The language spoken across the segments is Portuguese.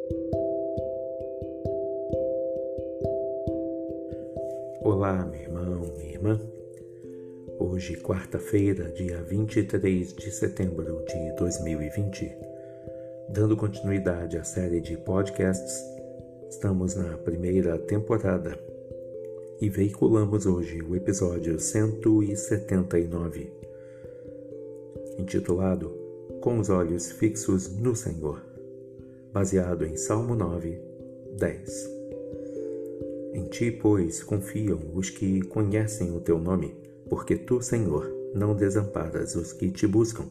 Olá, meu irmão, minha irmã. Hoje, quarta-feira, dia 23 de setembro de 2020, dando continuidade à série de podcasts, estamos na primeira temporada e veiculamos hoje o episódio 179, intitulado Com os Olhos Fixos no Senhor, baseado em Salmo 9, 10. Em ti, pois, confiam os que conhecem o teu nome, porque tu, Senhor, não desamparas os que te buscam.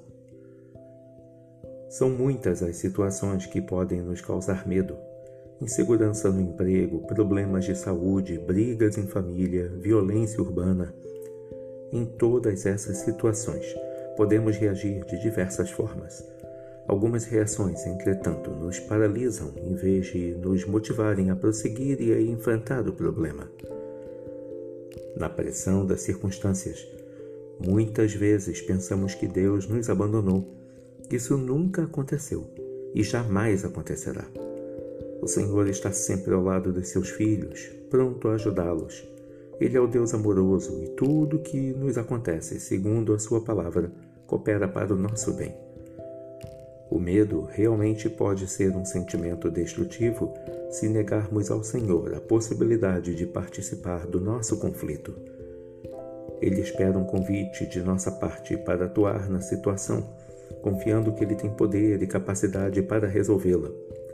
São muitas as situações que podem nos causar medo: insegurança no emprego, problemas de saúde, brigas em família, violência urbana. Em todas essas situações, podemos reagir de diversas formas. Algumas reações, entretanto, nos paralisam em vez de nos motivarem a prosseguir e a enfrentar o problema. Na pressão das circunstâncias, muitas vezes pensamos que Deus nos abandonou. Isso nunca aconteceu e jamais acontecerá. O Senhor está sempre ao lado dos seus filhos, pronto a ajudá-los. Ele é o Deus amoroso e tudo que nos acontece, segundo a sua palavra, coopera para o nosso bem. O medo realmente pode ser um sentimento destrutivo se negarmos ao Senhor a possibilidade de participar do nosso conflito. Ele espera um convite de nossa parte para atuar na situação, confiando que Ele tem poder e capacidade para resolvê-la.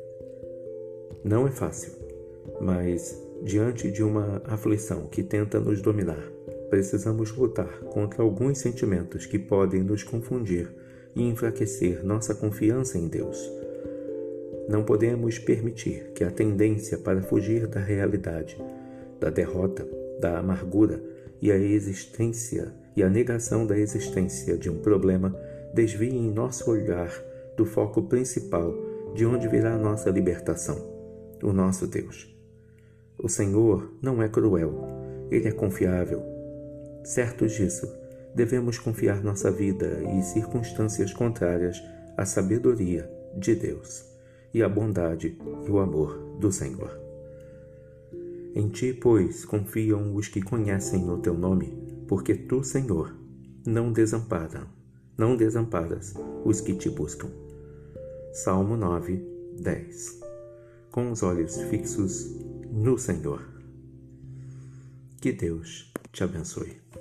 Não é fácil, mas diante de uma aflição que tenta nos dominar, precisamos lutar contra alguns sentimentos que podem nos confundir e enfraquecer nossa confiança em Deus. Não podemos permitir que a tendência para fugir da realidade, da derrota, da amargura e a negação da existência de um problema desviem nosso olhar do foco principal de onde virá nossa libertação, o nosso Deus. O Senhor não é cruel, Ele é confiável. Certos disso, devemos confiar nossa vida e circunstâncias contrárias à sabedoria de Deus e à bondade e o amor do Senhor. Em ti, pois, confiam os que conhecem o teu nome, porque tu, Senhor, não desamparas os que te buscam. Salmo 9, 10. Com os olhos fixos no Senhor. Que Deus te abençoe.